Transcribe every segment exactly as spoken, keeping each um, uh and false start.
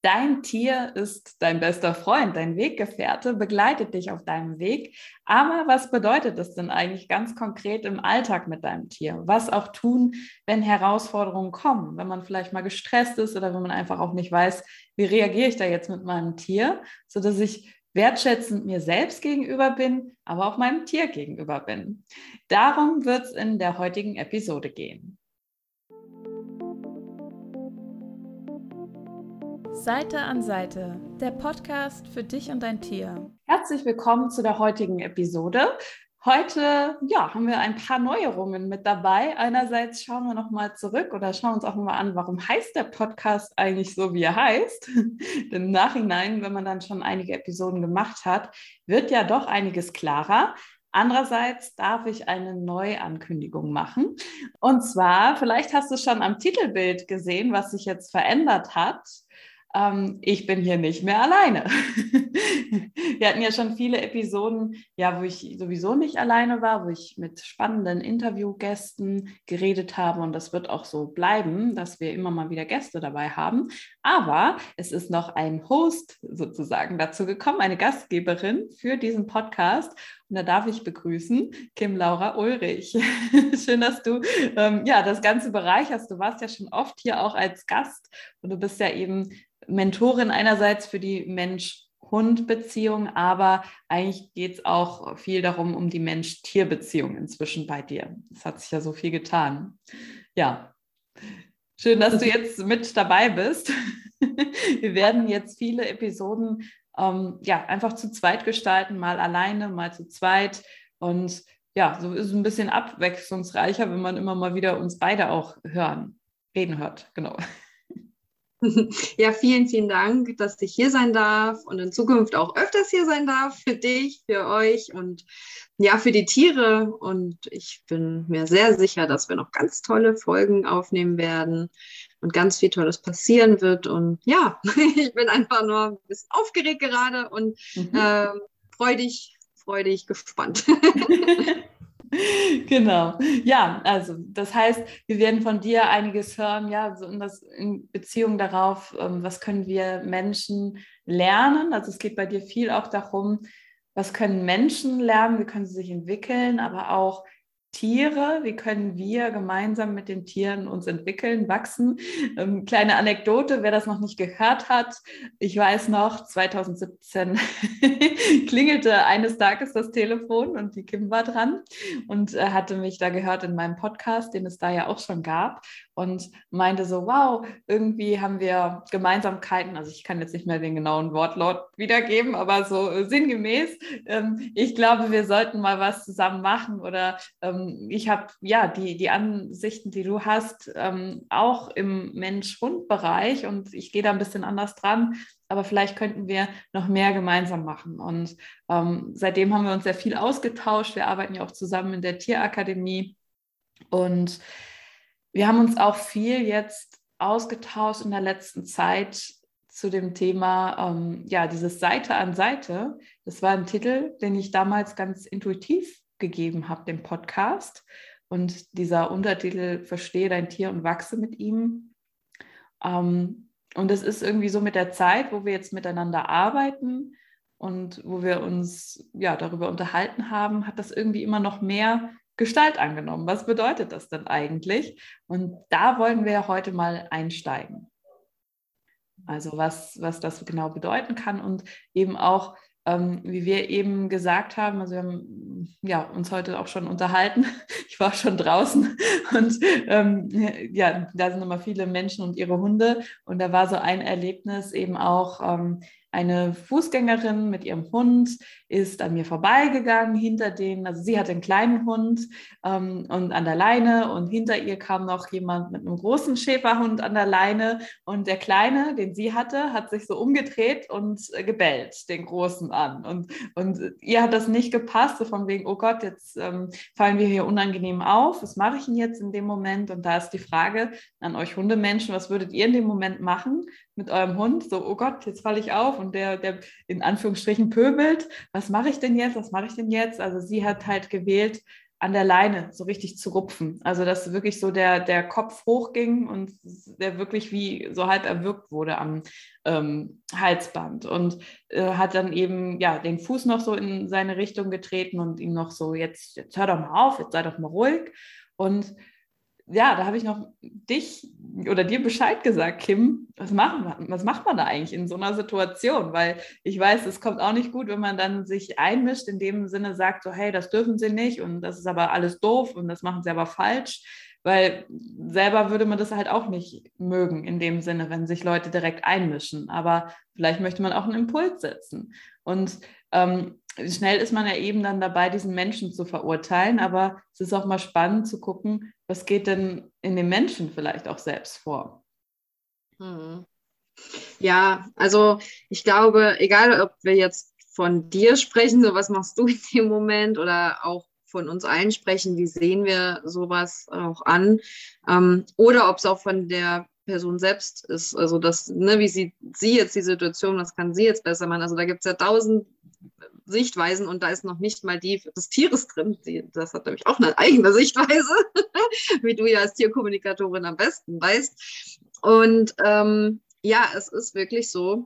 Dein Tier ist dein bester Freund, dein Weggefährte, begleitet dich auf deinem Weg. Aber was bedeutet das denn eigentlich ganz konkret im Alltag mit deinem Tier? Was auch tun, wenn Herausforderungen kommen, wenn man vielleicht mal gestresst ist oder wenn man einfach auch nicht weiß, wie reagiere ich da jetzt mit meinem Tier, sodass ich wertschätzend mir selbst gegenüber bin, aber auch meinem Tier gegenüber bin. Darum wird es in der heutigen Episode gehen. Seite an Seite, der Podcast für dich und dein Tier. Herzlich willkommen zu der heutigen Episode. Heute ja, haben wir ein paar Neuerungen mit dabei. Einerseits schauen wir nochmal zurück oder schauen uns auch nochmal an, warum heißt der Podcast eigentlich so, wie er heißt. Denn im Nachhinein, wenn man dann schon einige Episoden gemacht hat, wird ja doch einiges klarer. Andererseits darf ich eine Neuankündigung machen. Und zwar, vielleicht hast du schon am Titelbild gesehen, was sich jetzt verändert hat. Ähm, ich bin hier nicht mehr alleine. Wir hatten ja schon viele Episoden, ja, wo ich sowieso nicht alleine war, wo ich mit spannenden Interviewgästen geredet habe, und das wird auch so bleiben, dass wir immer mal wieder Gäste dabei haben. Aber es ist noch ein Host sozusagen dazu gekommen, eine Gastgeberin für diesen Podcast. Und da darf ich begrüßen Kim Laura Ulrich. Schön, dass du ähm, ja, das Ganze bereicherst. Du warst ja schon oft hier auch als Gast und du bist ja eben Mentorin einerseits für die Mensch-Hund-Beziehung, aber eigentlich geht es auch viel darum, um die Mensch-Tier-Beziehung inzwischen bei dir. Es hat sich ja so viel getan. Ja, schön, dass du jetzt mit dabei bist. Wir werden jetzt viele Episoden ähm, ja, einfach zu zweit gestalten, mal alleine, mal zu zweit. Und ja, so ist es ein bisschen abwechslungsreicher, wenn man immer mal wieder uns beide auch hören, reden hört. Genau. Ja, vielen, vielen Dank, dass ich hier sein darf und in Zukunft auch öfters hier sein darf für dich, für euch und ja, für die Tiere. Und ich bin mir sehr sicher, dass wir noch ganz tolle Folgen aufnehmen werden und ganz viel Tolles passieren wird. Und ja, ich bin einfach nur ein bisschen aufgeregt gerade und mhm. äh, freudig, freudig gespannt. Genau. Ja, also das heißt, wir werden von dir einiges hören, ja, so in, das, in Beziehung darauf, ähm, was können wir Menschen lernen. Also es geht bei dir viel auch darum, was können Menschen lernen, wie können sie sich entwickeln, aber auch Tiere, wie können wir gemeinsam mit den Tieren uns entwickeln, wachsen. Ähm, kleine Anekdote, wer das noch nicht gehört hat, ich weiß noch, zwanzig siebzehn klingelte eines Tages das Telefon und die Kim war dran und äh, hatte mich da gehört in meinem Podcast, den es da ja auch schon gab, und meinte so, wow, irgendwie haben wir Gemeinsamkeiten, also ich kann jetzt nicht mehr den genauen Wortlaut wiedergeben, aber so äh, sinngemäß, ähm, ich glaube, wir sollten mal was zusammen machen oder ähm, ich habe ja die, die Ansichten, die du hast, ähm, auch im Mensch-Hund-Bereich, und ich gehe da ein bisschen anders dran, aber vielleicht könnten wir noch mehr gemeinsam machen. Und ähm, seitdem haben wir uns sehr viel ausgetauscht. Wir arbeiten ja auch zusammen in der Tierakademie und wir haben uns auch viel jetzt ausgetauscht in der letzten Zeit zu dem Thema, ähm, ja, dieses Seite an Seite. Das war ein Titel, den ich damals ganz intuitiv gegeben habe, dem Podcast. Und dieser Untertitel, Verstehe dein Tier und wachse mit ihm. Ähm, und es ist irgendwie so mit der Zeit, wo wir jetzt miteinander arbeiten und wo wir uns ja darüber unterhalten haben, hat das irgendwie immer noch mehr Gestalt angenommen. Was bedeutet das denn eigentlich? Und da wollen wir heute mal einsteigen. Also was, was das genau bedeuten kann und eben auch, ähm, wie wir eben gesagt haben, also wir haben ja, uns heute auch schon unterhalten. Ich war schon draußen und ähm, ja, da sind immer viele Menschen und ihre Hunde, und da war so ein Erlebnis eben auch, ähm, eine Fußgängerin mit ihrem Hund ist an mir vorbeigegangen, hinter denen, also sie hatte einen kleinen Hund ähm, und an der Leine, und hinter ihr kam noch jemand mit einem großen Schäferhund an der Leine, und der Kleine, den sie hatte, hat sich so umgedreht und äh, gebellt den Großen an, und, und ihr hat das nicht gepasst, so von wegen, oh Gott, jetzt ähm, fallen wir hier unangenehm auf, was mache ich denn jetzt in dem Moment? Und da ist die Frage an euch Hundemenschen, was würdet ihr in dem Moment machen mit eurem Hund? So, oh Gott, jetzt falle ich auf und der, der in Anführungsstrichen pöbelt, was mache ich denn jetzt, was mache ich denn jetzt? Also sie hat halt gewählt, an der Leine so richtig zu rupfen. Also dass wirklich so der, der Kopf hochging und der wirklich wie so halb erwürgt wurde am ähm, Halsband und äh, hat dann eben ja den Fuß noch so in seine Richtung getreten und ihm noch so, jetzt, jetzt hör doch mal auf, jetzt sei doch mal ruhig. Und ja, da habe ich noch dich oder dir Bescheid gesagt, Kim, was, machen wir, was macht man da eigentlich in so einer Situation? Weil ich weiß, es kommt auch nicht gut, wenn man dann sich einmischt, in dem Sinne sagt, so hey, das dürfen sie nicht und das ist aber alles doof und das machen sie aber falsch, weil selber würde man das halt auch nicht mögen in dem Sinne, wenn sich Leute direkt einmischen. Aber vielleicht möchte man auch einen Impuls setzen. Und ähm, schnell ist man ja eben dann dabei, diesen Menschen zu verurteilen, aber es ist auch mal spannend zu gucken, was geht denn in dem Menschen vielleicht auch selbst vor. Hm. Ja, also ich glaube, egal ob wir jetzt von dir sprechen, so was machst du in dem Moment oder auch von uns allen sprechen, wie sehen wir sowas auch an, ähm, oder ob es auch von der Person selbst ist, also das, ne, wie sieht sie jetzt die Situation, was kann sie jetzt besser machen, also da gibt es ja tausend Sichtweisen und da ist noch nicht mal die des Tieres drin, die, das hat nämlich auch eine eigene Sichtweise, wie du ja als Tierkommunikatorin am besten weißt und ähm, ja, es ist wirklich so,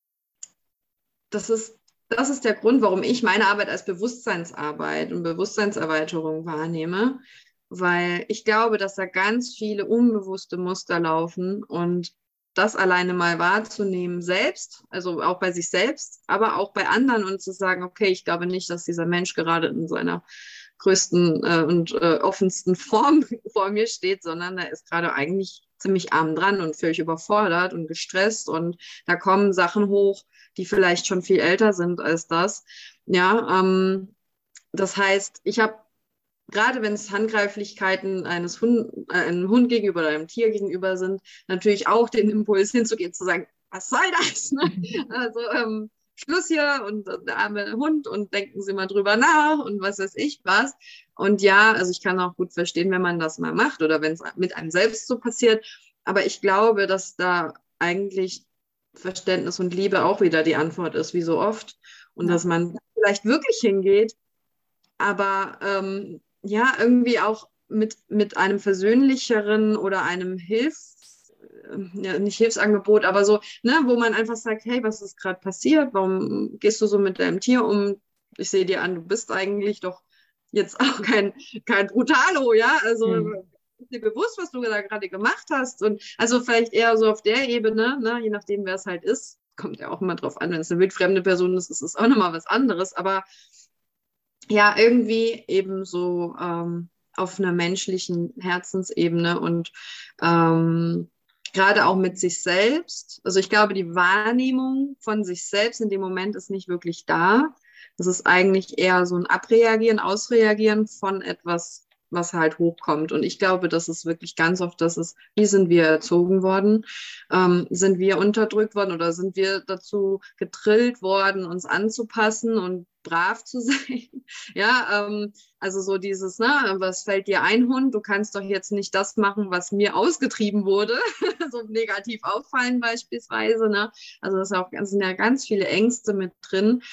das ist Das ist der Grund, warum ich meine Arbeit als Bewusstseinsarbeit und Bewusstseinserweiterung wahrnehme, weil ich glaube, dass da ganz viele unbewusste Muster laufen und das alleine mal wahrzunehmen selbst, also auch bei sich selbst, aber auch bei anderen und zu sagen, okay, ich glaube nicht, dass dieser Mensch gerade in seiner größten äh, und äh, offensten Form vor mir steht, sondern er ist gerade eigentlich ziemlich arm dran und völlig überfordert und gestresst und da kommen Sachen hoch, die vielleicht schon viel älter sind als das. Ja, ähm, das heißt, ich habe, gerade wenn es Handgreiflichkeiten eines Hund, äh, einem Hund gegenüber oder einem Tier gegenüber sind, natürlich auch den Impuls hinzugehen, zu sagen, was soll das? Ne? Also ähm, Schluss hier und der arme Hund und denken Sie mal drüber nach und was weiß ich was. Und ja, also ich kann auch gut verstehen, wenn man das mal macht oder wenn es mit einem selbst so passiert. Aber ich glaube, dass da eigentlich Verständnis und Liebe auch wieder die Antwort ist, wie so oft. Und ja, dass man vielleicht wirklich hingeht, aber ähm, ja, irgendwie auch mit, mit einem versöhnlicheren oder einem Hilfs, ja, nicht Hilfsangebot, aber so, ne, wo man einfach sagt, hey, was ist gerade passiert? Warum gehst du so mit deinem Tier um? Ich sehe dir an, du bist eigentlich doch jetzt auch kein, kein Brutalo, ja, also mhm. Ist dir bewusst, was du da gerade gemacht hast und also vielleicht eher so auf der Ebene, ne, je nachdem, wer es halt ist, kommt ja auch immer drauf an, wenn es eine wildfremde Person ist, ist es auch nochmal was anderes, aber ja, irgendwie eben so ähm, auf einer menschlichen Herzensebene und ähm, gerade auch mit sich selbst. Also ich glaube, die Wahrnehmung von sich selbst in dem Moment ist nicht wirklich da. Das ist eigentlich eher so ein Abreagieren, Ausreagieren von etwas, was halt hochkommt. Und ich glaube, dass es wirklich ganz oft das ist, wie sind wir erzogen worden? Ähm, sind wir unterdrückt worden oder sind wir dazu gedrillt worden, uns anzupassen und brav zu sein? Ja, ähm, also so dieses, ne, was fällt dir ein, Hund? Du kannst doch jetzt nicht das machen, was mir ausgetrieben wurde. So negativ auffallen beispielsweise, ne? Also das, auch, das sind ja ganz viele Ängste mit drin.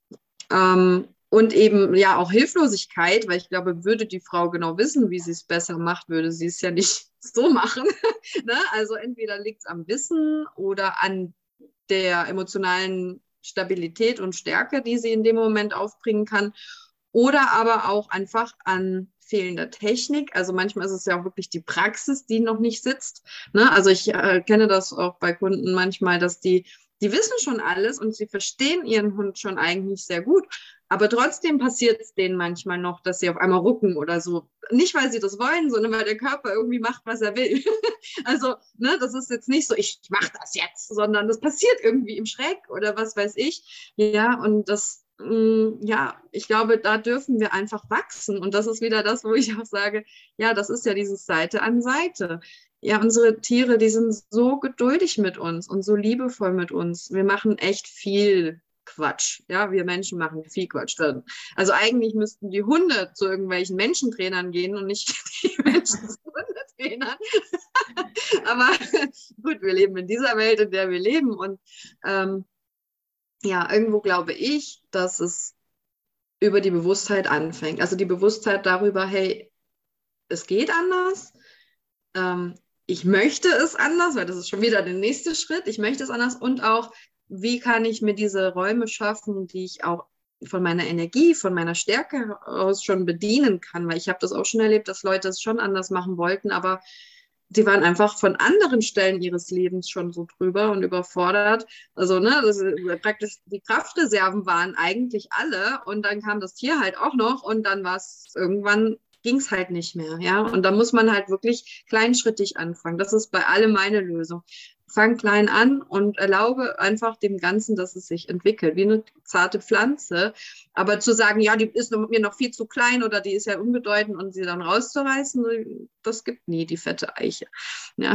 Ähm, Und eben ja auch Hilflosigkeit, weil ich glaube, würde die Frau genau wissen, wie sie es besser macht, würde sie es ja nicht so machen. Ne? Also entweder liegt es am Wissen oder an der emotionalen Stabilität und Stärke, die sie in dem Moment aufbringen kann. Oder aber auch einfach an fehlender Technik. Also manchmal ist es ja auch wirklich die Praxis, die noch nicht sitzt. Ne? Also ich äh, kenne das auch bei Kunden manchmal, dass die, die wissen schon alles und sie verstehen ihren Hund schon eigentlich sehr gut. Aber trotzdem passiert es denen manchmal noch, dass sie auf einmal rucken oder so. Nicht, weil sie das wollen, sondern weil der Körper irgendwie macht, was er will. Also, ne, das ist jetzt nicht so, ich mache das jetzt, sondern das passiert irgendwie im Schreck oder was weiß ich. Ja, und das, mh, ja, ich glaube, da dürfen wir einfach wachsen. Und das ist wieder das, wo ich auch sage, ja, das ist ja dieses Seite an Seite. Ja, unsere Tiere, die sind so geduldig mit uns und so liebevoll mit uns. Wir machen echt viel Quatsch. Ja, wir Menschen machen viel Quatsch drin. Also eigentlich müssten die Hunde zu irgendwelchen Menschentrainern gehen und nicht die Menschen zu Hundetrainern. Aber gut, wir leben in dieser Welt, in der wir leben. Und ähm, ja, irgendwo glaube ich, dass es über die Bewusstheit anfängt. Also die Bewusstheit darüber, hey, es geht anders. Ähm, ich möchte es anders, weil das ist schon wieder der nächste Schritt. Ich möchte es anders und auch, wie kann ich mir diese Räume schaffen, die ich auch von meiner Energie, von meiner Stärke aus schon bedienen kann, weil ich habe das auch schon erlebt, dass Leute es schon anders machen wollten, aber sie waren einfach von anderen Stellen ihres Lebens schon so drüber und überfordert. Also, ne, das ist praktisch die Kraftreserven waren eigentlich alle und dann kam das Tier halt auch noch und dann war es irgendwann ging es halt nicht mehr, ja. Und da muss man halt wirklich kleinschrittig anfangen. Das ist bei allem meine Lösung. Fang klein an und erlaube einfach dem Ganzen, dass es sich entwickelt, wie eine zarte Pflanze. Aber zu sagen, ja, die ist mir noch viel zu klein oder die ist ja unbedeutend und sie dann rauszureißen, das gibt nie die fette Eiche. Ja.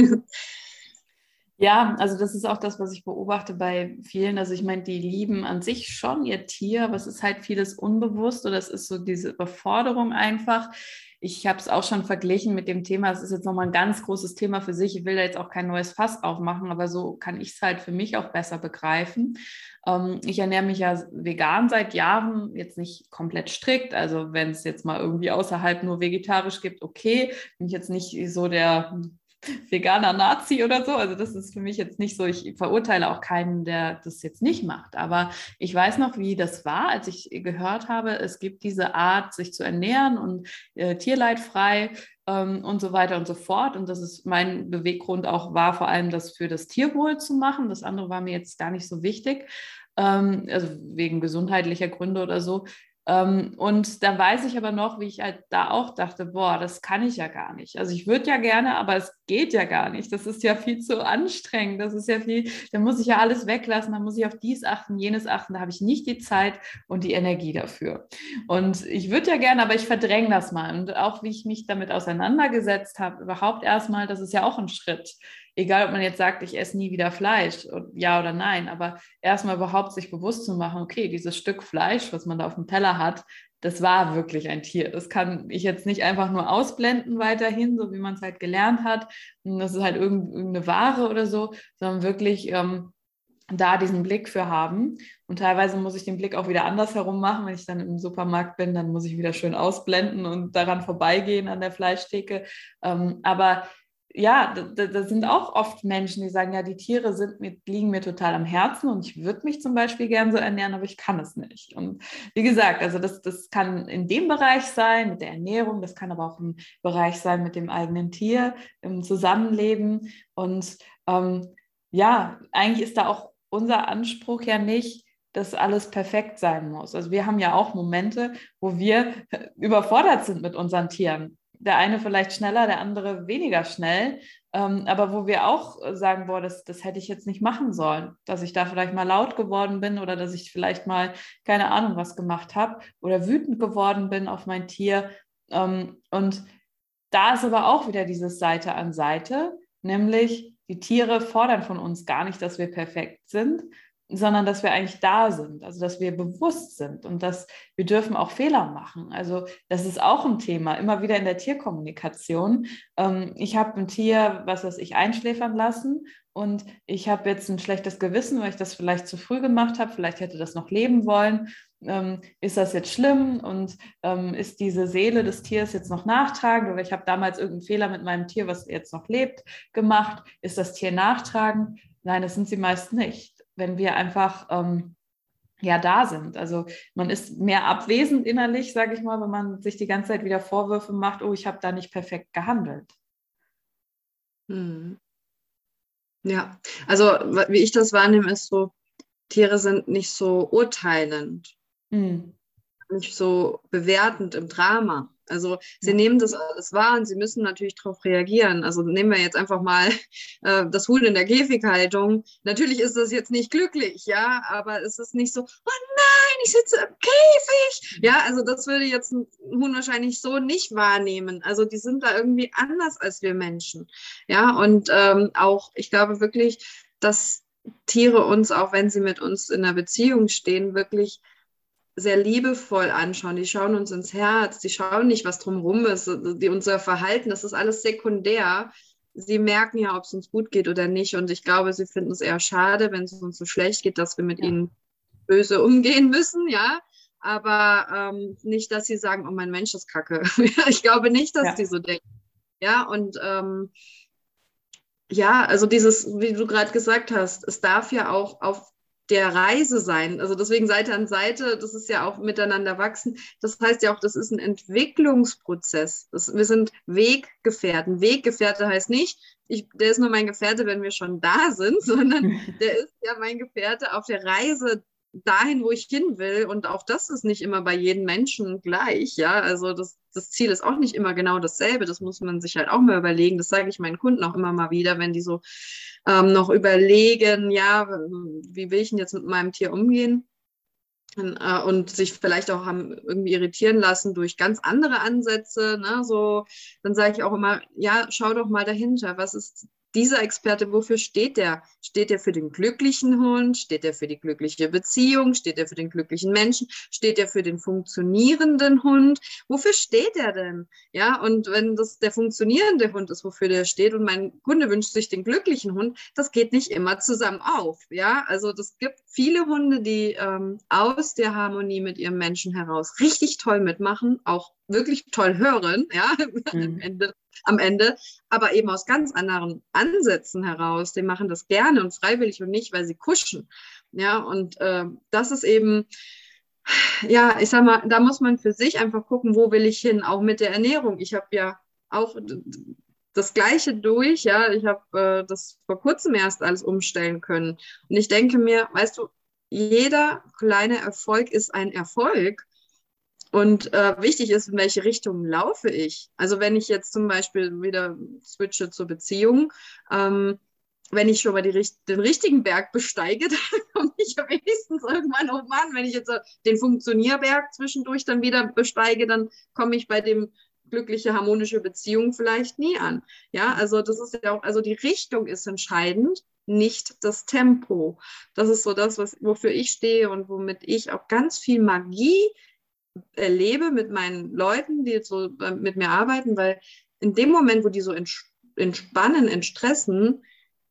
Ja, also das ist auch das, was ich beobachte bei vielen. Also ich meine, die lieben an sich schon ihr Tier, aber es ist halt vieles unbewusst oder es ist so diese Überforderung einfach. Ich habe es auch schon verglichen mit dem Thema, es ist jetzt nochmal ein ganz großes Thema für sich. Ich will da jetzt auch kein neues Fass aufmachen, aber so kann ich es halt für mich auch besser begreifen. Ähm, ich ernähre mich ja vegan seit Jahren, jetzt nicht komplett strikt. Also wenn es jetzt mal irgendwie außerhalb nur vegetarisch gibt, okay, bin ich jetzt nicht so der veganer Nazi oder so. Also das ist für mich jetzt nicht so, ich verurteile auch keinen, der das jetzt nicht macht. Aber ich weiß noch, wie das war, als ich gehört habe, es gibt diese Art, sich zu ernähren und äh, tierleidfrei ähm, und so weiter und so fort. Und das ist mein Beweggrund auch war, vor allem das für das Tierwohl zu machen. Das andere war mir jetzt gar nicht so wichtig, ähm, also wegen gesundheitlicher Gründe oder so. Um, und da weiß ich aber noch, wie ich halt da auch dachte, boah, das kann ich ja gar nicht. Also ich würde ja gerne, aber es geht ja gar nicht. Das ist ja viel zu anstrengend. Das ist ja viel, da muss ich ja alles weglassen, da muss ich auf dies achten, jenes achten. Da habe ich nicht die Zeit und die Energie dafür. Und ich würde ja gerne, aber ich verdränge das mal. Und auch wie ich mich damit auseinandergesetzt habe, überhaupt erstmal, das ist ja auch ein Schritt. Egal, ob man jetzt sagt, ich esse nie wieder Fleisch, ja oder nein, aber erstmal überhaupt sich bewusst zu machen, okay, dieses Stück Fleisch, was man da auf dem Teller hat, das war wirklich ein Tier. Das kann ich jetzt nicht einfach nur ausblenden weiterhin, so wie man es halt gelernt hat. Und das ist halt irgendeine Ware oder so, sondern wirklich ähm, da diesen Blick für haben. Und teilweise muss ich den Blick auch wieder andersherum machen. Wenn ich dann im Supermarkt bin, dann muss ich wieder schön ausblenden und daran vorbeigehen an der Fleischtheke. Ähm, aber ja, da, da sind auch oft Menschen, die sagen, ja, die Tiere sind mir, liegen mir total am Herzen und ich würde mich zum Beispiel gern so ernähren, aber ich kann es nicht. Und wie gesagt, also das, das kann in dem Bereich sein, mit der Ernährung, das kann aber auch im Bereich sein mit dem eigenen Tier, im Zusammenleben. Und ähm, ja, eigentlich ist da auch unser Anspruch ja nicht, dass alles perfekt sein muss. Also wir haben ja auch Momente, wo wir überfordert sind mit unseren Tieren. Der eine vielleicht schneller, der andere weniger schnell, ähm, aber wo wir auch sagen, boah, das, das hätte ich jetzt nicht machen sollen, dass ich da vielleicht mal laut geworden bin oder dass ich vielleicht mal keine Ahnung was gemacht habe oder wütend geworden bin auf mein Tier. Ähm, und da ist aber auch wieder dieses Seite an Seite, nämlich die Tiere fordern von uns gar nicht, dass wir perfekt sind, sondern dass wir eigentlich da sind, also dass wir bewusst sind und dass wir dürfen auch Fehler machen. Also das ist auch ein Thema, immer wieder in der Tierkommunikation. Ähm, ich habe ein Tier, was weiß ich, einschläfern lassen und ich habe jetzt ein schlechtes Gewissen, weil ich das vielleicht zu früh gemacht habe, vielleicht hätte das noch leben wollen. Ähm, ist das jetzt schlimm und ähm, ist diese Seele des Tiers jetzt noch nachtragend oder ich habe damals irgendeinen Fehler mit meinem Tier, was jetzt noch lebt, gemacht. Ist das Tier nachtragend? Nein, das sind sie meist nicht, wenn wir einfach ähm, ja da sind. Also man ist mehr abwesend innerlich, sage ich mal, wenn man sich die ganze Zeit wieder Vorwürfe macht, oh, ich habe da nicht perfekt gehandelt. Hm. Ja, also wie ich das wahrnehme, ist so, Tiere sind nicht so urteilend, hm. nicht so bewertend im Drama. Also sie ja. nehmen das alles wahr und sie müssen natürlich darauf reagieren. Also nehmen wir jetzt einfach mal äh, das Huhn in der Käfighaltung. Natürlich ist das jetzt nicht glücklich, ja, aber es ist nicht so, oh nein, ich sitze im Käfig. Ja, also das würde jetzt ein Huhn wahrscheinlich so nicht wahrnehmen. Also die sind da irgendwie anders als wir Menschen. Ja, und ähm, auch, ich glaube wirklich, dass Tiere uns, auch wenn sie mit uns in einer Beziehung stehen, wirklich sehr liebevoll anschauen. Die schauen uns ins Herz, die schauen nicht, was drumherum ist, die, unser Verhalten, das ist alles sekundär. Sie merken ja, ob es uns gut geht oder nicht. Und ich glaube, sie finden es eher schade, wenn es uns so schlecht geht, dass wir mit ja. ihnen böse umgehen müssen, ja. aber ähm, nicht, dass sie sagen, oh, mein Mensch ist kacke. Ich glaube nicht, dass Ja. die so denken. Ja, und ähm, ja, also dieses, wie du gerade gesagt hast, es darf ja auch auf der Reise sein. Also deswegen Seite an Seite, das ist ja auch miteinander wachsen. Das heißt ja auch, das ist ein Entwicklungsprozess. Das, wir sind Weggefährten. Weggefährte heißt nicht, ich, der ist nur mein Gefährte, wenn wir schon da sind, sondern der ist ja mein Gefährte auf der Reise dahin, wo ich hin will. Und auch das ist nicht immer bei jedem Menschen gleich. Ja, also das, das Ziel ist auch nicht immer genau dasselbe. Das muss man sich halt auch mal überlegen. Das sage ich meinen Kunden auch immer mal wieder, wenn die so ähm, noch überlegen, ja, wie will ich denn jetzt mit meinem Tier umgehen? Und, äh, und sich vielleicht auch haben irgendwie irritieren lassen durch ganz andere Ansätze. Ne? So, dann sage ich auch immer, ja, schau doch mal dahinter. Was ist dieser Experte, wofür steht der? Steht der für den glücklichen Hund? Steht der für die glückliche Beziehung? Steht der für den glücklichen Menschen? Steht der für den funktionierenden Hund? Wofür steht der denn? Ja, und wenn das der funktionierende Hund ist, wofür der steht, und mein Kunde wünscht sich den glücklichen Hund, das geht nicht immer zusammen auf. Ja, also das gibt viele Hunde, die ähm, aus der Harmonie mit ihrem Menschen heraus richtig toll mitmachen, auch wirklich toll hören, ja, mhm. am Ende, am Ende, aber eben aus ganz anderen Ansätzen heraus. Die machen das gerne und freiwillig und nicht, weil sie kuschen. Ja, und äh, das ist eben, ja, ich sag mal, da muss man für sich einfach gucken, wo will ich hin, auch mit der Ernährung. Ich habe ja auch das Gleiche durch, ja, ich habe äh, das vor kurzem erst alles umstellen können. Und ich denke mir, weißt du, jeder kleine Erfolg ist ein Erfolg. Und äh, wichtig ist, in welche Richtung laufe ich. Also wenn ich jetzt zum Beispiel wieder switche zur Beziehung, ähm, wenn ich schon mal die, den richtigen Berg besteige, dann komme ich ja wenigstens irgendwann oben an. Wenn ich jetzt den Funktionierberg zwischendurch dann wieder besteige, dann komme ich bei dem glückliche, harmonische Beziehung vielleicht nie an. Ja, also das ist ja auch, also die Richtung ist entscheidend, nicht das Tempo. Das ist so das, was, wofür ich stehe und womit ich auch ganz viel Magie erlebe mit meinen Leuten, die jetzt so mit mir arbeiten, weil in dem Moment, wo die so entspannen, entstressen,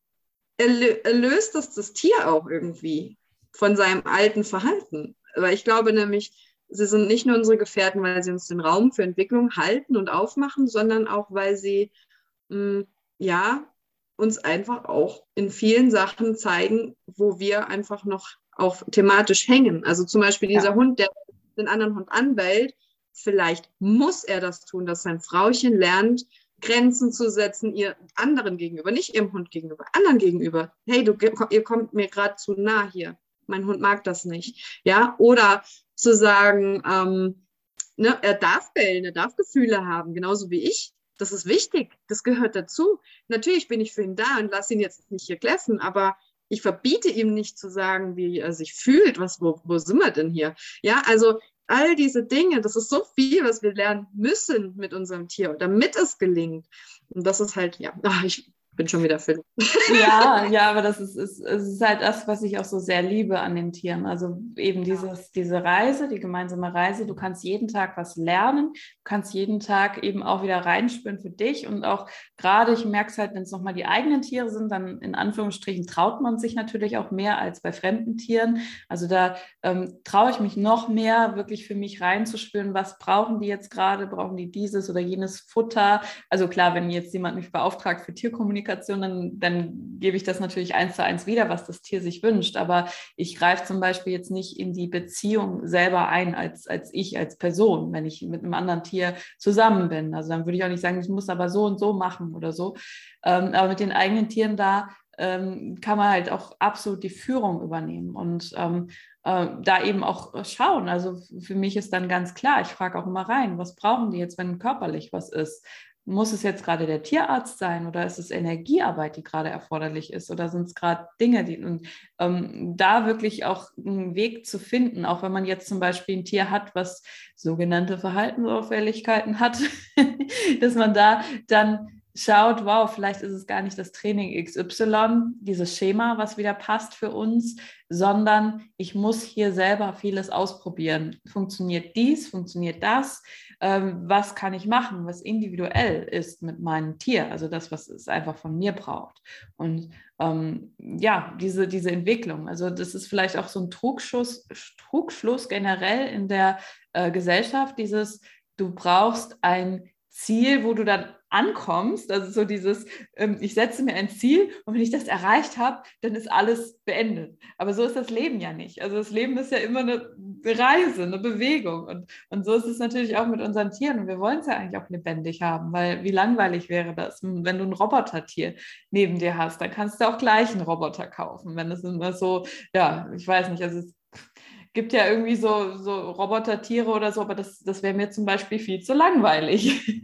erlöst das das Tier auch irgendwie von seinem alten Verhalten. Weil ich glaube nämlich, sie sind nicht nur unsere Gefährten, weil sie uns den Raum für Entwicklung halten und aufmachen, sondern auch, weil sie mh, ja, uns einfach auch in vielen Sachen zeigen, wo wir einfach noch auch thematisch hängen. Also zum Beispiel dieser ja. Hund, der den anderen Hund anbellt, vielleicht muss er das tun, dass sein Frauchen lernt, Grenzen zu setzen, ihr anderen gegenüber, nicht ihrem Hund gegenüber, anderen gegenüber. Hey, du, ihr kommt mir gerade zu nah hier. Mein Hund mag das nicht. Ja, oder zu sagen, ähm, ne, er darf bellen, er darf Gefühle haben, genauso wie ich. Das ist wichtig, das gehört dazu. Natürlich bin ich für ihn da und lasse ihn jetzt nicht hier kläffen, aber ich verbiete ihm nicht zu sagen, wie er sich fühlt. Was, wo, wo sind wir denn hier? Ja, also all diese Dinge, das ist so viel, was wir lernen müssen mit unserem Tier, damit es gelingt. Und das ist halt, ja, ach, ich bin schon wieder fit. Ja, ja, aber das ist, ist, ist halt das, was ich auch so sehr liebe an den Tieren. Also eben dieses, diese Reise, die gemeinsame Reise. Du kannst jeden Tag was lernen. Du kannst jeden Tag eben auch wieder reinspüren für dich. Und auch gerade, ich merke es halt, wenn es nochmal die eigenen Tiere sind, dann in Anführungsstrichen traut man sich natürlich auch mehr als bei fremden Tieren. Also da ähm, traue ich mich noch mehr, wirklich für mich reinzuspüren, was brauchen die jetzt gerade? Brauchen die dieses oder jenes Futter? Also klar, wenn jetzt jemand mich beauftragt für Tierkommunikation, Dann, dann gebe ich das natürlich eins zu eins wieder, was das Tier sich wünscht. Aber ich greife zum Beispiel jetzt nicht in die Beziehung selber ein als, als ich, als Person, wenn ich mit einem anderen Tier zusammen bin. Also dann würde ich auch nicht sagen, ich muss aber so und so machen oder so. Ähm, aber mit den eigenen Tieren da ähm, kann man halt auch absolut die Führung übernehmen und ähm, äh, da eben auch schauen. Also für mich ist dann ganz klar, ich frage auch immer rein, was brauchen die jetzt, wenn körperlich was ist? Muss es jetzt gerade der Tierarzt sein oder ist es Energiearbeit, die gerade erforderlich ist oder sind es gerade Dinge, die und ähm, da wirklich auch einen Weg zu finden, auch wenn man jetzt zum Beispiel ein Tier hat, was sogenannte Verhaltensauffälligkeiten hat, dass man da dann schaut, wow, vielleicht ist es gar nicht das Training X Y, dieses Schema, was wieder passt für uns, sondern ich muss hier selber vieles ausprobieren. Funktioniert dies, funktioniert das? Ähm, was kann ich machen, was individuell ist mit meinem Tier? Also das, was es einfach von mir braucht. Und ähm, ja, diese, diese Entwicklung, also das ist vielleicht auch so ein Trugschluss, Trugschluss generell in der äh, Gesellschaft, dieses, du brauchst ein Ziel, wo du dann ankommst, also so dieses, ähm, ich setze mir ein Ziel und wenn ich das erreicht habe, dann ist alles beendet. Aber so ist das Leben ja nicht. Also das Leben ist ja immer eine Reise, eine Bewegung und, und so ist es natürlich auch mit unseren Tieren und wir wollen es ja eigentlich auch lebendig haben, weil wie langweilig wäre das, wenn du ein Robotertier neben dir hast, dann kannst du auch gleich einen Roboter kaufen, wenn es immer so, ja, ich weiß nicht, also es gibt ja irgendwie so, so Robotertiere oder so, aber das, das wäre mir zum Beispiel viel zu langweilig.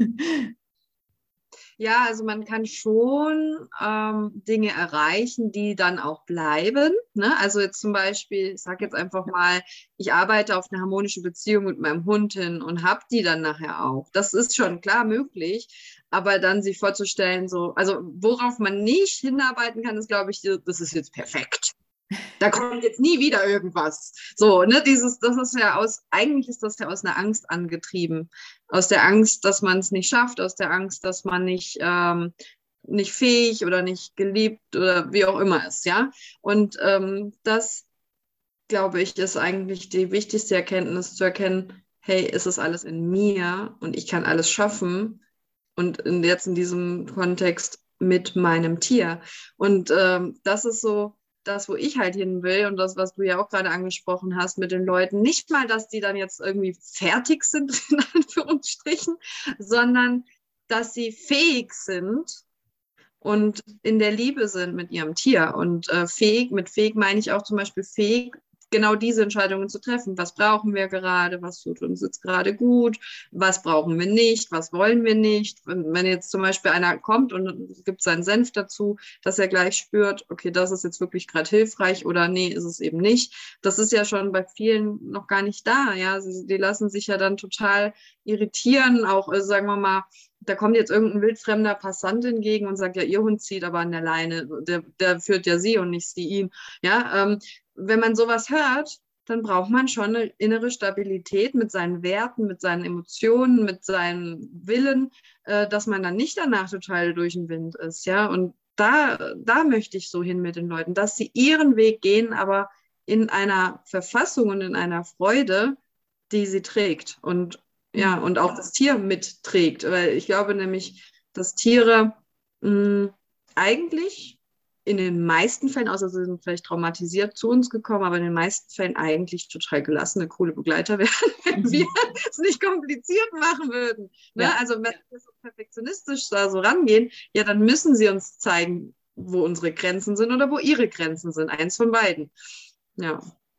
Ja, also man kann schon ähm, Dinge erreichen, die dann auch bleiben. Ne? Also jetzt zum Beispiel, ich sage jetzt einfach mal, ich arbeite auf eine harmonische Beziehung mit meinem Hund hin und habe die dann nachher auch. Das ist schon klar möglich, aber dann sich vorzustellen, so, also worauf man nicht hinarbeiten kann, ist, glaube ich, das ist jetzt perfekt. Da kommt jetzt nie wieder irgendwas. So, ne, dieses, das ist ja aus, eigentlich ist das ja aus einer Angst angetrieben. Aus der Angst, dass man es nicht schafft, aus der Angst, dass man nicht, ähm, nicht fähig oder nicht geliebt oder wie auch immer ist, ja. Und ähm, das, glaube ich, ist eigentlich die wichtigste Erkenntnis, zu erkennen, hey, ist es alles in mir und ich kann alles schaffen. Und in, jetzt in diesem Kontext mit meinem Tier. Und ähm, das ist so das, wo ich halt hin will und das, was du ja auch gerade angesprochen hast mit den Leuten, nicht mal, dass die dann jetzt irgendwie fertig sind, in Anführungsstrichen, sondern dass sie fähig sind und in der Liebe sind mit ihrem Tier. Und äh, fähig, mit fähig meine ich auch zum Beispiel fähig, genau diese Entscheidungen zu treffen. Was brauchen wir gerade? Was tut uns jetzt gerade gut? Was brauchen wir nicht? Was wollen wir nicht? Wenn, wenn jetzt zum Beispiel einer kommt und gibt seinen Senf dazu, dass er gleich spürt, okay, das ist jetzt wirklich gerade hilfreich oder nee, ist es eben nicht. Das ist ja schon bei vielen noch gar nicht da. Ja, Sie, die lassen sich ja dann total irritieren, auch äh, sagen wir mal, da kommt jetzt irgendein wildfremder Passant entgegen und sagt, ja, ihr Hund zieht aber an der Leine, der, der führt ja sie und nicht sie ihn. Ja, ähm, wenn man sowas hört, dann braucht man schon eine innere Stabilität mit seinen Werten, mit seinen Emotionen, mit seinem Willen, äh, dass man dann nicht danach total durch den Wind ist. Ja, und da, da möchte ich so hin mit den Leuten, dass sie ihren Weg gehen, aber in einer Verfassung und in einer Freude, die sie trägt. Und ja, und auch das Tier mitträgt. Weil ich glaube nämlich, dass Tiere mh, eigentlich in den meisten Fällen, außer sie sind vielleicht traumatisiert zu uns gekommen, aber in den meisten Fällen eigentlich total gelassene, coole Begleiter wären, wenn wir es nicht kompliziert machen würden. Ne? Ja. Also wenn wir so perfektionistisch da so rangehen, ja, dann müssen sie uns zeigen, wo unsere Grenzen sind oder wo ihre Grenzen sind. Eins von beiden. Ja.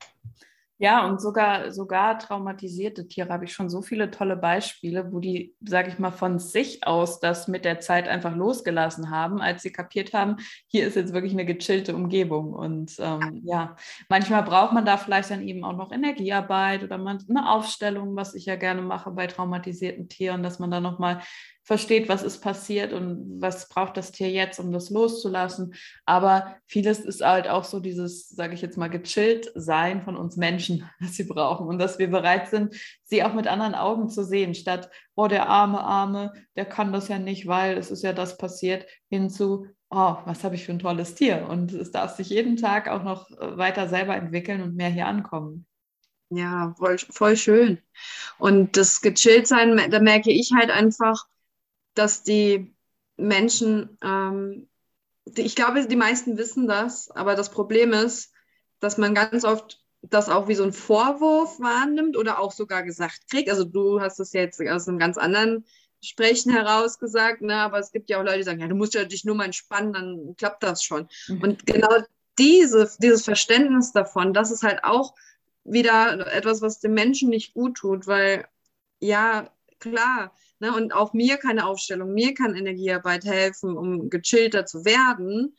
Ja, und sogar, sogar traumatisierte Tiere habe ich schon so viele tolle Beispiele, wo die, sage ich mal, von sich aus das mit der Zeit einfach losgelassen haben, als sie kapiert haben, hier ist jetzt wirklich eine gechillte Umgebung. Und ähm, ja, manchmal braucht man da vielleicht dann eben auch noch Energiearbeit oder man, eine Aufstellung, was ich ja gerne mache bei traumatisierten Tieren, dass man da nochmal versteht, was ist passiert und was braucht das Tier jetzt, um das loszulassen. Aber vieles ist halt auch so dieses, sage ich jetzt mal, gechillt sein von uns Menschen, was sie brauchen und dass wir bereit sind, sie auch mit anderen Augen zu sehen, statt, oh, der arme, arme, der kann das ja nicht, weil es ist ja das passiert, hinzu, oh, was habe ich für ein tolles Tier und es darf sich jeden Tag auch noch weiter selber entwickeln und mehr hier ankommen. Ja, voll, voll schön. Und das gechillt sein, da merke ich halt einfach, dass die Menschen, ähm, die, ich glaube, die meisten wissen das, aber das Problem ist, dass man ganz oft das auch wie so einen Vorwurf wahrnimmt oder auch sogar gesagt kriegt. Also du hast es jetzt aus einem ganz anderen Sprechen heraus gesagt, ne? Aber es gibt ja auch Leute, die sagen, ja, du musst ja dich nur mal entspannen, dann klappt das schon. Mhm. Und genau diese, dieses Verständnis davon, das ist halt auch wieder etwas, was dem Menschen nicht gut tut, weil ja, klar, ne, und auch mir kann eine Aufstellung, mir kann Energiearbeit helfen, um gechillter zu werden.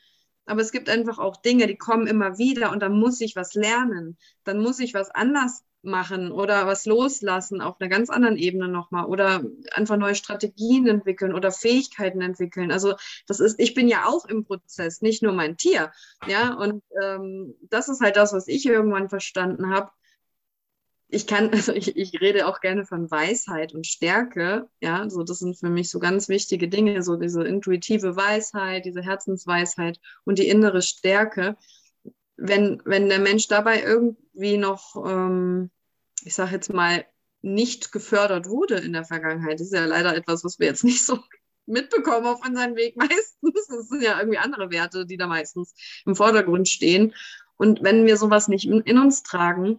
aber es gibt einfach auch Dinge, die kommen immer wieder und dann muss ich was lernen. Dann muss ich was anders machen oder was loslassen auf einer ganz anderen Ebene nochmal oder einfach neue Strategien entwickeln oder Fähigkeiten entwickeln. Also das ist, ich bin ja auch im Prozess, nicht nur mein Tier. Ja, und ähm, das ist halt das, was ich irgendwann verstanden habe. Ich kann, also ich, ich rede auch gerne von Weisheit und Stärke, ja, so das sind für mich so ganz wichtige Dinge, so diese intuitive Weisheit, diese Herzensweisheit und die innere Stärke. Wenn, wenn der Mensch dabei irgendwie noch, ähm, ich sage jetzt mal, nicht gefördert wurde in der Vergangenheit, das ist ja leider etwas, was wir jetzt nicht so mitbekommen auf unserem Weg meistens. Das sind ja irgendwie andere Werte, die da meistens im Vordergrund stehen. Und wenn wir sowas nicht in, in uns tragen,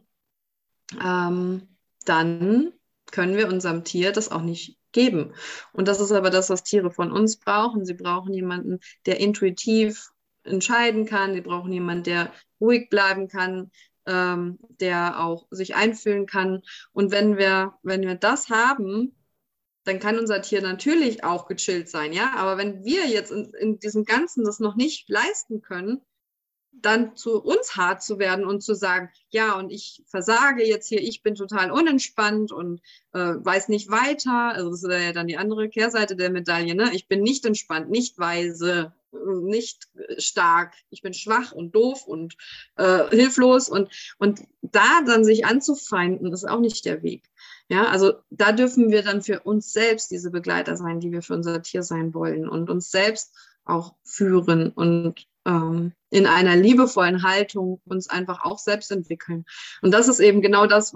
ähm, dann können wir unserem Tier das auch nicht geben. Und das ist aber das, was Tiere von uns brauchen. Sie brauchen jemanden, der intuitiv entscheiden kann. Sie brauchen jemanden, der ruhig bleiben kann, ähm, der auch sich einfühlen kann. Und wenn wir, wenn wir das haben, dann kann unser Tier natürlich auch gechillt sein, ja. Aber wenn wir jetzt in, in diesem Ganzen das noch nicht leisten können, dann zu uns hart zu werden und zu sagen, ja, und ich versage jetzt hier, ich bin total unentspannt und äh, weiß nicht weiter. Also das ist ja dann die andere Kehrseite der Medaille, ne? Ich bin nicht entspannt, nicht weise, nicht stark, ich bin schwach und doof und äh, hilflos und, und da dann sich anzufeinden, ist auch nicht der Weg. Ja, also da dürfen wir dann für uns selbst diese Begleiter sein, die wir für unser Tier sein wollen und uns selbst auch führen und ähm, in einer liebevollen Haltung uns einfach auch selbst entwickeln. Und das ist eben genau das,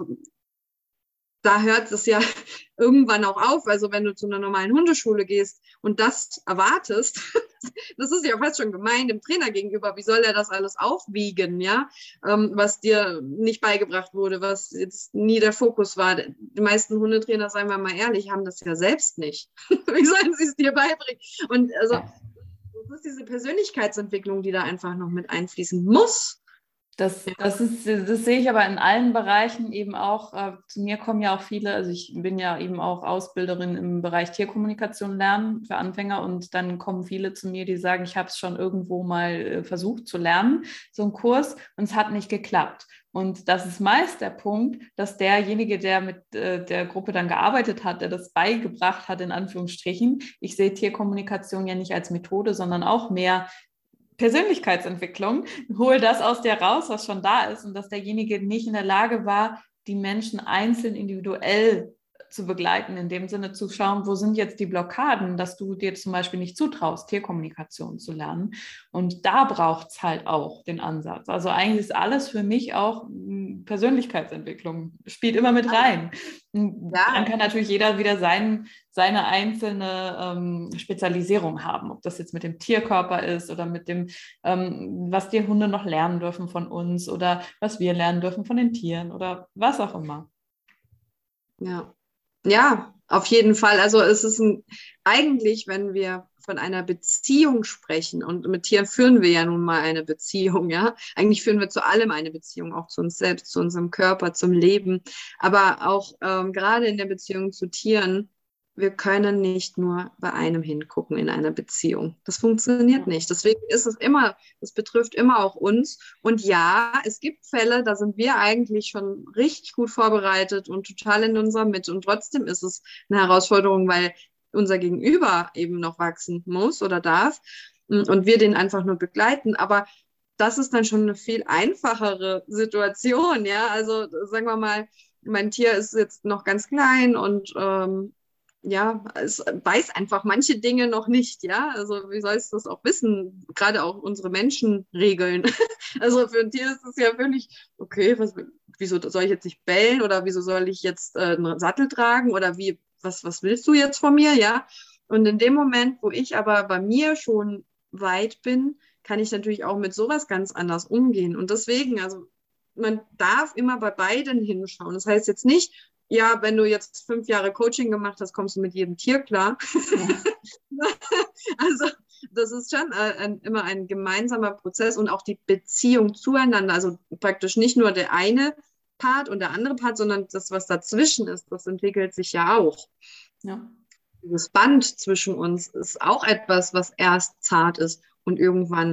da hört es ja irgendwann auch auf. Also wenn du zu einer normalen Hundeschule gehst und das erwartest, das ist ja fast schon gemein dem Trainer gegenüber. Wie soll er das alles aufwiegen, ja? Ähm, was dir nicht beigebracht wurde, was jetzt nie der Fokus war. Die meisten Hundetrainer, seien wir mal ehrlich, haben das ja selbst nicht. Wie sollen sie es dir beibringen? Und also das ist diese Persönlichkeitsentwicklung, die da einfach noch mit einfließen muss. Das, das, ist, das sehe ich aber in allen Bereichen eben auch. Äh, zu mir kommen ja auch viele, also ich bin ja eben auch Ausbilderin im Bereich Tierkommunikation lernen für Anfänger und dann kommen viele zu mir, die sagen, ich habe es schon irgendwo mal äh, versucht zu lernen, so einen Kurs, und es hat nicht geklappt. Und das ist meist der Punkt, dass derjenige, der mit äh, der Gruppe dann gearbeitet hat, der das beigebracht hat, in Anführungsstrichen, ich sehe Tierkommunikation ja nicht als Methode, sondern auch mehr Persönlichkeitsentwicklung, hol das aus dir raus, was schon da ist, und dass derjenige nicht in der Lage war, die Menschen einzeln individuell zu begleiten, in dem Sinne zu schauen, wo sind jetzt die Blockaden, dass du dir zum Beispiel nicht zutraust, Tierkommunikation zu lernen. Und da braucht es halt auch den Ansatz. Also eigentlich ist alles für mich auch Persönlichkeitsentwicklung, spielt immer mit rein. Ja. Dann kann natürlich jeder wieder sein, seine einzelne ähm, Spezialisierung haben, ob das jetzt mit dem Tierkörper ist oder mit dem, ähm, was die Hunde noch lernen dürfen von uns oder was wir lernen dürfen von den Tieren oder was auch immer. Ja. Ja, auf jeden Fall. Also es ist ein, eigentlich, wenn wir von einer Beziehung sprechen, und mit Tieren führen wir ja nun mal eine Beziehung, ja. Eigentlich führen wir zu allem eine Beziehung, auch zu uns selbst, zu unserem Körper, zum Leben. Aber auch ähm, gerade in der Beziehung zu Tieren, wir können nicht nur bei einem hingucken in einer Beziehung. Das funktioniert nicht. Deswegen ist es immer, es betrifft immer auch uns. Und ja, es gibt Fälle, da sind wir eigentlich schon richtig gut vorbereitet und total in unserer Mitte. Und trotzdem ist es eine Herausforderung, weil unser Gegenüber eben noch wachsen muss oder darf und wir den einfach nur begleiten. Aber das ist dann schon eine viel einfachere Situation, ja. Also sagen wir mal, mein Tier ist jetzt noch ganz klein und ähm, ja, es weiß einfach manche Dinge noch nicht, ja, also wie soll es das auch wissen, gerade auch unsere Menschenregeln, also für ein Tier ist es ja völlig, okay, was, wieso soll ich jetzt nicht bellen oder wieso soll ich jetzt äh, einen Sattel tragen oder wie, was, was willst du jetzt von mir, ja, und in dem Moment, wo ich aber bei mir schon weit bin, kann ich natürlich auch mit sowas ganz anders umgehen und deswegen, also man darf immer bei beiden hinschauen, das heißt jetzt nicht, ja, wenn du jetzt fünf Jahre Coaching gemacht hast, kommst du mit jedem Tier klar. Ja. Also das ist schon ein, immer ein gemeinsamer Prozess und auch die Beziehung zueinander. Also praktisch nicht nur der eine Part und der andere Part, sondern das, was dazwischen ist, das entwickelt sich ja auch. Ja. Dieses Band zwischen uns ist auch etwas, was erst zart ist und irgendwann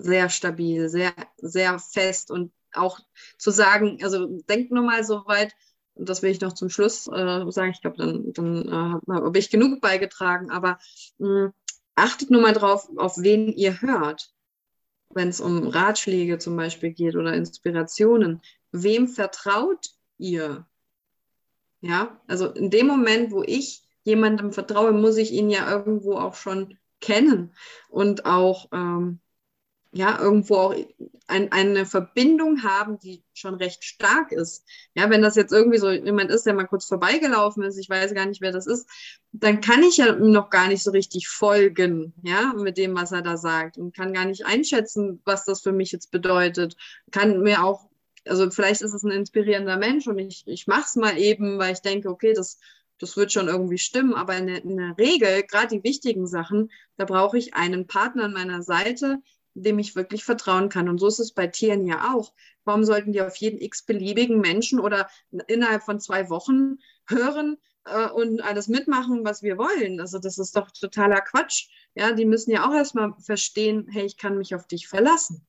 sehr stabil, sehr, sehr fest und auch zu sagen, also denk nur mal so weit, und das will ich noch zum Schluss äh, sagen, ich glaube, dann, dann äh, habe ich genug beigetragen, aber mh, achtet nur mal drauf, auf wen ihr hört, wenn es um Ratschläge zum Beispiel geht oder Inspirationen. Wem vertraut ihr? Ja, also in dem Moment, wo ich jemandem vertraue, muss ich ihn ja irgendwo auch schon kennen und auch ähm, ja, irgendwo auch ein, eine Verbindung haben, die schon recht stark ist. Ja, wenn das jetzt irgendwie so jemand ist, der mal kurz vorbeigelaufen ist, ich weiß gar nicht, wer das ist, dann kann ich ja ihm noch gar nicht so richtig folgen, ja, mit dem, was er da sagt und kann gar nicht einschätzen, was das für mich jetzt bedeutet. Kann mir auch, also vielleicht ist es ein inspirierender Mensch und ich, ich mache es mal eben, weil ich denke, okay, das Das wird schon irgendwie stimmen, aber in der, in der Regel, gerade die wichtigen Sachen, da brauche ich einen Partner an meiner Seite, dem ich wirklich vertrauen kann. Und so ist es bei Tieren ja auch. Warum sollten die auf jeden x-beliebigen Menschen oder innerhalb von zwei Wochen hören äh, und alles mitmachen, was wir wollen? Also das ist doch totaler Quatsch. Ja, die müssen ja auch erstmal verstehen, hey, ich kann mich auf dich verlassen.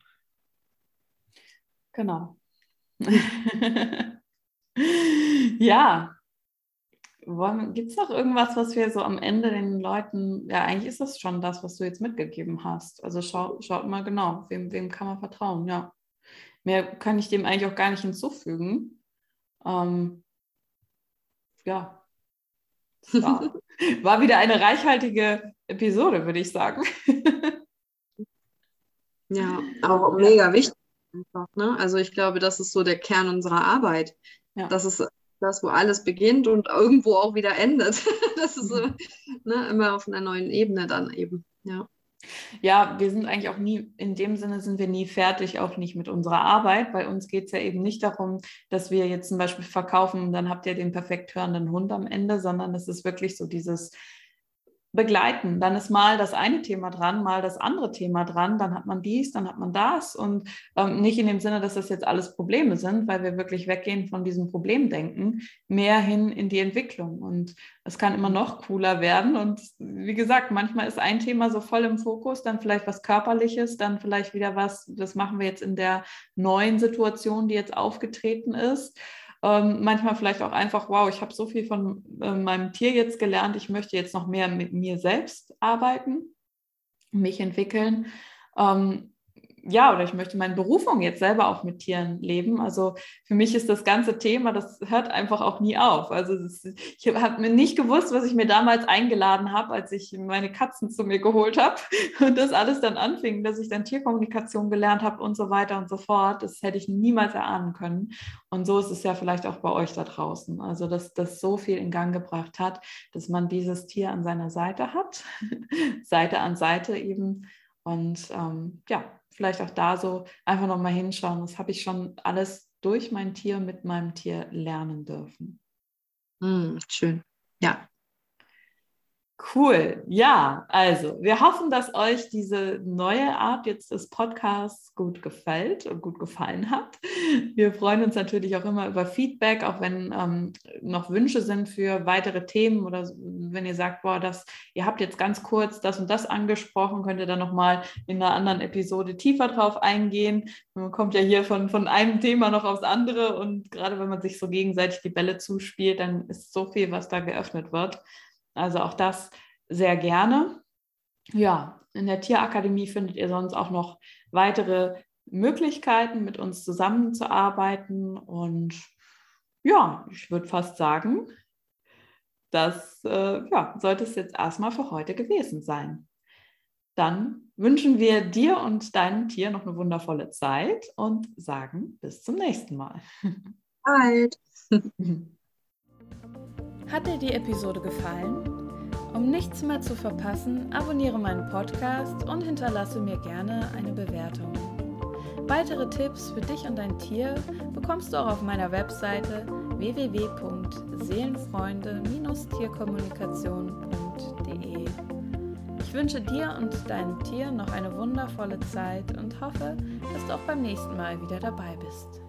Genau. Ja. Gibt es noch irgendwas, was wir so am Ende den Leuten, ja, eigentlich ist das schon das, was du jetzt mitgegeben hast. Also schau, schaut mal genau, wem, wem kann man vertrauen, ja. Mehr kann ich dem eigentlich auch gar nicht hinzufügen. Ähm, ja, war, war wieder eine reichhaltige Episode, würde ich sagen. Ja, auch mega ja. wichtig einfach, ne? Also ich glaube, das ist so der Kern unserer Arbeit. Ja. Das ist das, wo alles beginnt und irgendwo auch wieder endet. Das ist so, ne, immer auf einer neuen Ebene dann eben, ja. Ja, wir sind eigentlich auch nie, in dem Sinne sind wir nie fertig, auch nicht mit unserer Arbeit. Bei uns geht es ja eben nicht darum, dass wir jetzt zum Beispiel verkaufen und dann habt ihr den perfekt hörenden Hund am Ende, sondern es ist wirklich so dieses Begleiten. Dann ist mal das eine Thema dran, mal das andere Thema dran, dann hat man dies, dann hat man das und ähm, nicht in dem Sinne, dass das jetzt alles Probleme sind, weil wir wirklich weggehen von diesem Problemdenken, mehr hin in die Entwicklung und es kann immer noch cooler werden und wie gesagt, manchmal ist ein Thema so voll im Fokus, dann vielleicht was Körperliches, dann vielleicht wieder was, das machen wir jetzt in der neuen Situation, die jetzt aufgetreten ist. Ähm, manchmal vielleicht auch einfach, wow, ich habe so viel von äh, meinem Tier jetzt gelernt, ich möchte jetzt noch mehr mit mir selbst arbeiten, mich entwickeln. Ähm, ja, oder ich möchte meine Berufung jetzt selber auch mit Tieren leben. Also für mich ist das ganze Thema, das hört einfach auch nie auf. Also das, ich habe mir nicht gewusst, was ich mir damals eingeladen habe, als ich meine Katzen zu mir geholt habe und das alles dann anfing, dass ich dann Tierkommunikation gelernt habe und so weiter und so fort. Das hätte ich niemals erahnen können. Und so ist es ja vielleicht auch bei euch da draußen. Also dass das so viel in Gang gebracht hat, dass man dieses Tier an seiner Seite hat, Seite an Seite eben. Und ähm, ja, vielleicht auch da so einfach nochmal hinschauen. Das habe ich schon alles durch mein Tier, mit meinem Tier lernen dürfen. Mm, schön. Ja. Cool. Ja, also wir hoffen, dass euch diese neue Art jetzt des Podcasts gut gefällt und gut gefallen hat. Wir freuen uns natürlich auch immer über Feedback, auch wenn ähm, noch Wünsche sind für weitere Themen oder wenn ihr sagt, boah, das, ihr habt jetzt ganz kurz das und das angesprochen, könnt ihr dann nochmal in einer anderen Episode tiefer drauf eingehen. Man kommt ja hier von, von einem Thema noch aufs andere und gerade wenn man sich so gegenseitig die Bälle zuspielt, dann ist so viel, was da geöffnet wird. Also auch das sehr gerne. Ja, in der Tierakademie findet ihr sonst auch noch weitere Möglichkeiten, mit uns zusammenzuarbeiten. Und ja, ich würde fast sagen, das äh, ja, sollte es jetzt erstmal für heute gewesen sein. Dann wünschen wir dir und deinem Tier noch eine wundervolle Zeit und sagen bis zum nächsten Mal. Bald. Hat dir die Episode gefallen? Um nichts mehr zu verpassen, abonniere meinen Podcast und hinterlasse mir gerne eine Bewertung. Weitere Tipps für dich und dein Tier bekommst du auch auf meiner Webseite w w w punkt seelenfreunde Bindestrich tierkommunikation punkt d e. Ich wünsche dir und deinem Tier noch eine wundervolle Zeit und hoffe, dass du auch beim nächsten Mal wieder dabei bist.